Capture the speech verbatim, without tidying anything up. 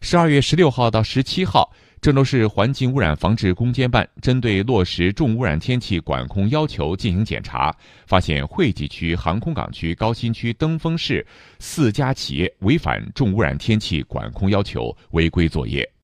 十二月十六号到十七号，郑州市环境污染防治攻坚办针对落实重污染天气管控要求进行检查，发现惠济区、航空港区、高新区、登封市四家企业违反重污染天气管控要求，违规作业。